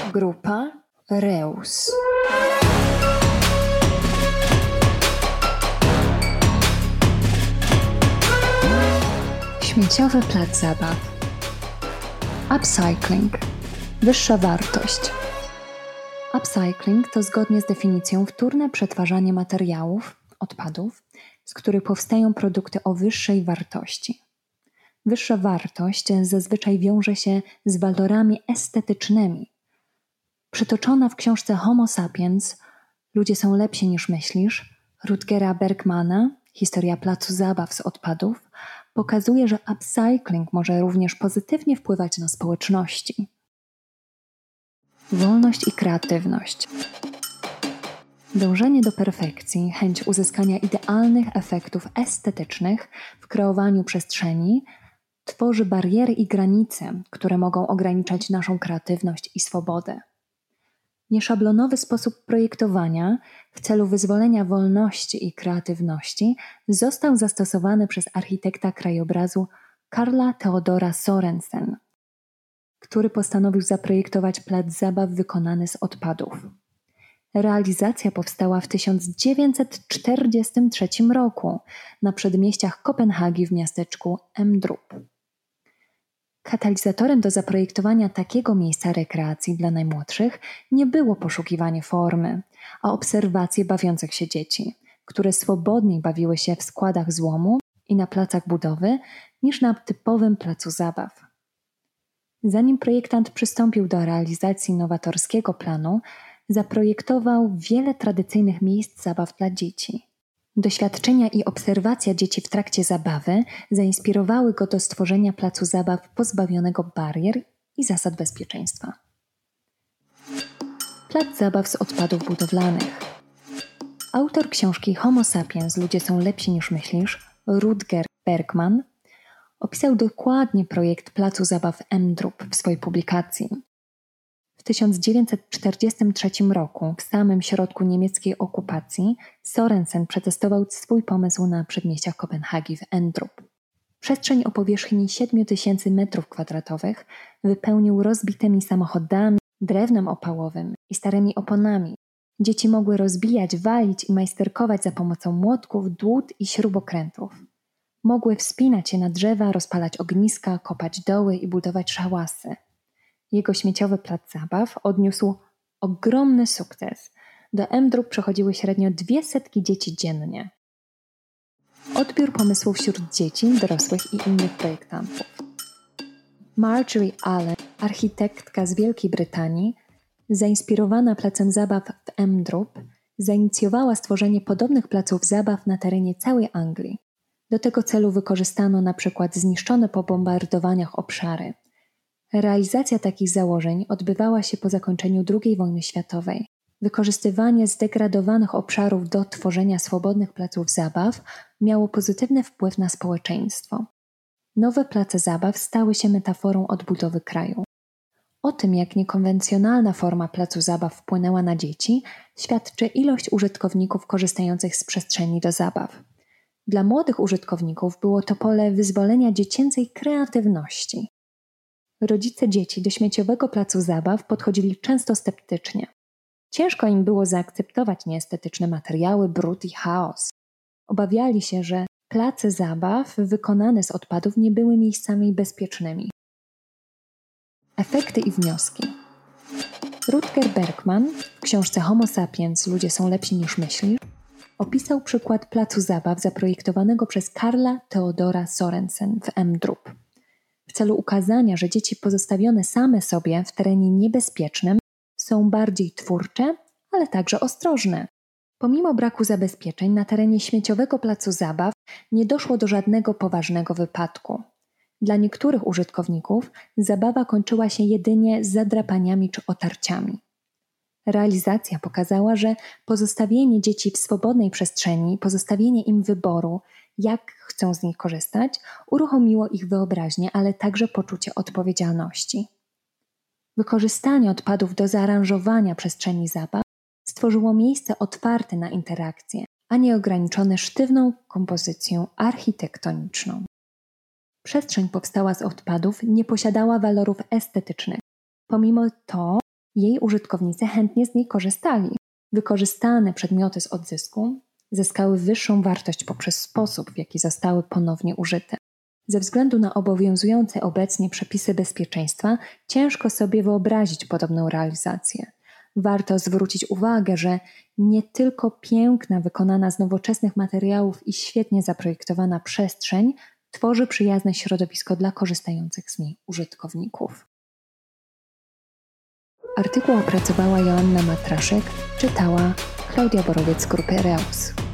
Grupa Reus. Śmieciowy plac zabaw. Upcycling. Wyższa wartość. Upcycling to zgodnie z definicją wtórne przetwarzanie materiałów, odpadów, z których powstają produkty o wyższej wartości. Wyższa wartość zazwyczaj wiąże się z walorami estetycznymi. Przytoczona w książce Homo sapiens Ludzie są lepsi niż myślisz Rutgera Bergmana, Historia placu zabaw z odpadów, pokazuje, że upcycling może również pozytywnie wpływać na społeczności. Wolność i kreatywność. Dążenie do perfekcji, chęć uzyskania idealnych efektów estetycznych w kreowaniu przestrzeni tworzy bariery i granice, które mogą ograniczać naszą kreatywność i swobodę. Nieszablonowy sposób projektowania w celu wyzwolenia wolności i kreatywności został zastosowany przez architekta krajobrazu Karla Theodora Sørensen, który postanowił zaprojektować plac zabaw wykonany z odpadów. Realizacja powstała w 1943 roku na przedmieściach Kopenhagi w miasteczku Emdrup. Katalizatorem do zaprojektowania takiego miejsca rekreacji dla najmłodszych nie było poszukiwanie formy, a obserwacje bawiących się dzieci, które swobodniej bawiły się w składach złomu i na placach budowy niż na typowym placu zabaw. Zanim projektant przystąpił do realizacji nowatorskiego planu, zaprojektował wiele tradycyjnych miejsc zabaw dla dzieci. Doświadczenia i obserwacja dzieci w trakcie zabawy zainspirowały go do stworzenia placu zabaw pozbawionego barier i zasad bezpieczeństwa. Plac zabaw z odpadów budowlanych. Autor książki Homo sapiens Ludzie są lepsi niż myślisz Rutger Bergman opisał dokładnie projekt placu zabaw Emdrup w swojej publikacji. W 1943 roku, w samym środku niemieckiej okupacji, Sørensen przetestował swój pomysł na przedmieściach Kopenhagi w Emdrup. Przestrzeń o powierzchni 7000 m2 wypełnił rozbitymi samochodami, drewnem opałowym i starymi oponami. Dzieci mogły rozbijać, walić i majsterkować za pomocą młotków, dłut i śrubokrętów. Mogły wspinać się na drzewa, rozpalać ogniska, kopać doły i budować szałasy. Jego śmieciowy plac zabaw odniósł ogromny sukces. Do Emdrup przychodziły średnio 200 dzieci dziennie. Odbiór pomysłów wśród dzieci, dorosłych i innych projektantów. Marjorie Allen, architektka z Wielkiej Brytanii, zainspirowana placem zabaw w Emdrup, zainicjowała stworzenie podobnych placów zabaw na terenie całej Anglii. Do tego celu wykorzystano na przykład zniszczone po bombardowaniach obszary. Realizacja takich założeń odbywała się po zakończeniu II wojny światowej. Wykorzystywanie zdegradowanych obszarów do tworzenia swobodnych placów zabaw miało pozytywny wpływ na społeczeństwo. Nowe place zabaw stały się metaforą odbudowy kraju. O tym, jak niekonwencjonalna forma placu zabaw wpłynęła na dzieci, świadczy ilość użytkowników korzystających z przestrzeni do zabaw. Dla młodych użytkowników było to pole wyzwolenia dziecięcej kreatywności. Rodzice dzieci do śmieciowego placu zabaw podchodzili często sceptycznie. Ciężko im było zaakceptować nieestetyczne materiały, brud i chaos. Obawiali się, że place zabaw wykonane z odpadów nie były miejscami bezpiecznymi. Efekty i wnioski. Rutger Bergman w książce Homo sapiens Ludzie są lepsi niż myślisz opisał przykład placu zabaw zaprojektowanego przez Karla Theodora Sørensen w Emdrup. W celu ukazania, że dzieci pozostawione same sobie w terenie niebezpiecznym są bardziej twórcze, ale także ostrożne. Pomimo braku zabezpieczeń na terenie śmieciowego placu zabaw nie doszło do żadnego poważnego wypadku. Dla niektórych użytkowników zabawa kończyła się jedynie zadrapaniami czy otarciami. Realizacja pokazała, że pozostawienie dzieci w swobodnej przestrzeni, pozostawienie im wyboru, jak chcą z nich korzystać, uruchomiło ich wyobraźnię, ale także poczucie odpowiedzialności. Wykorzystanie odpadów do zaaranżowania przestrzeni zabaw stworzyło miejsce otwarte na interakcję, a nie ograniczone sztywną kompozycją architektoniczną. Przestrzeń powstała z odpadów nie posiadała walorów estetycznych. Pomimo to Jej użytkownicy chętnie z niej korzystali. Wykorzystane przedmioty z odzysku zyskały wyższą wartość poprzez sposób, w jaki zostały ponownie użyte. Ze względu na obowiązujące obecnie przepisy bezpieczeństwa, ciężko sobie wyobrazić podobną realizację. Warto zwrócić uwagę, że nie tylko piękna, wykonana z nowoczesnych materiałów i świetnie zaprojektowana przestrzeń tworzy przyjazne środowisko dla korzystających z niej użytkowników. Artykuł opracowała Joanna Matraszek, czytała Klaudia Borowiec z grupy Reus.